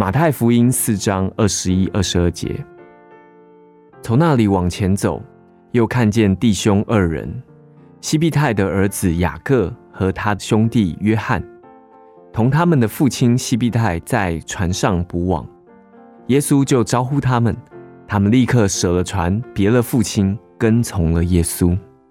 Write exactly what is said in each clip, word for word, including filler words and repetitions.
马太福音四章二十一、二十二节。从那里往前走，又看见弟兄二人，西庇太的儿子雅各和他兄弟约翰，同他们的父亲西庇太在船上捕网。耶稣就招呼他们，他们立刻舍了船，别了父亲，跟从了耶稣。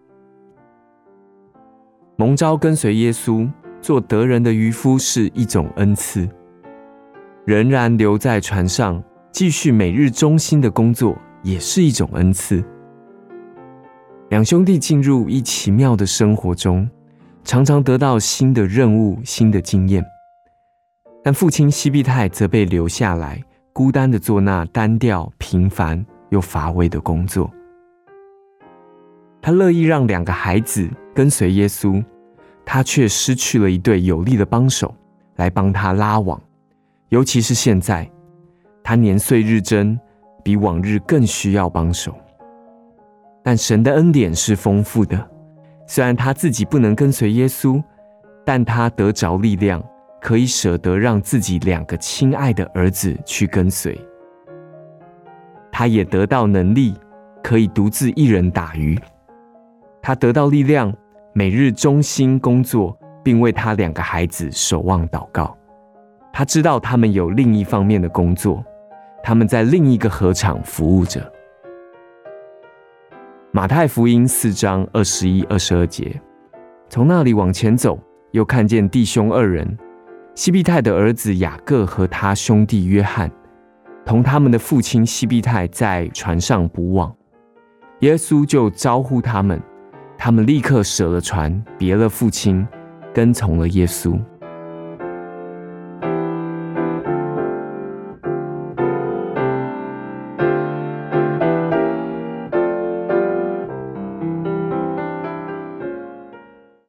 蒙召跟随耶稣，做得人的渔夫是一种恩赐。仍然留在船上，继续每日忠心的工作，也是一种恩赐。两兄弟进入一奇妙的生活中，常常得到新的任务、新的经验。但父亲西庇太则被留下来，孤单地做那单调、平凡又乏味的工作。他乐意让两个孩子跟随耶稣，他却失去了一对有力的帮手来帮他拉网。尤其是现在，他年岁日增，比往日更需要帮手。但神的恩典是丰富的，虽然他自己不能跟随耶稣，但他得着力量，可以舍得让自己两个亲爱的儿子去跟随。他也得到能力，可以独自一人打鱼。他得到力量，每日忠心工作，并为他两个孩子守望祷告。他知道他们有另一方面的工作，他们在另一个禾场服务着。马太福音四章二十一、二十二节。从那里往前走，又看见弟兄二人，西庇太的儿子雅各和他兄弟约翰，同他们的父亲西庇太在船上捕网。耶稣就招呼他们，他们立刻舍了船，别了父亲，跟从了耶稣。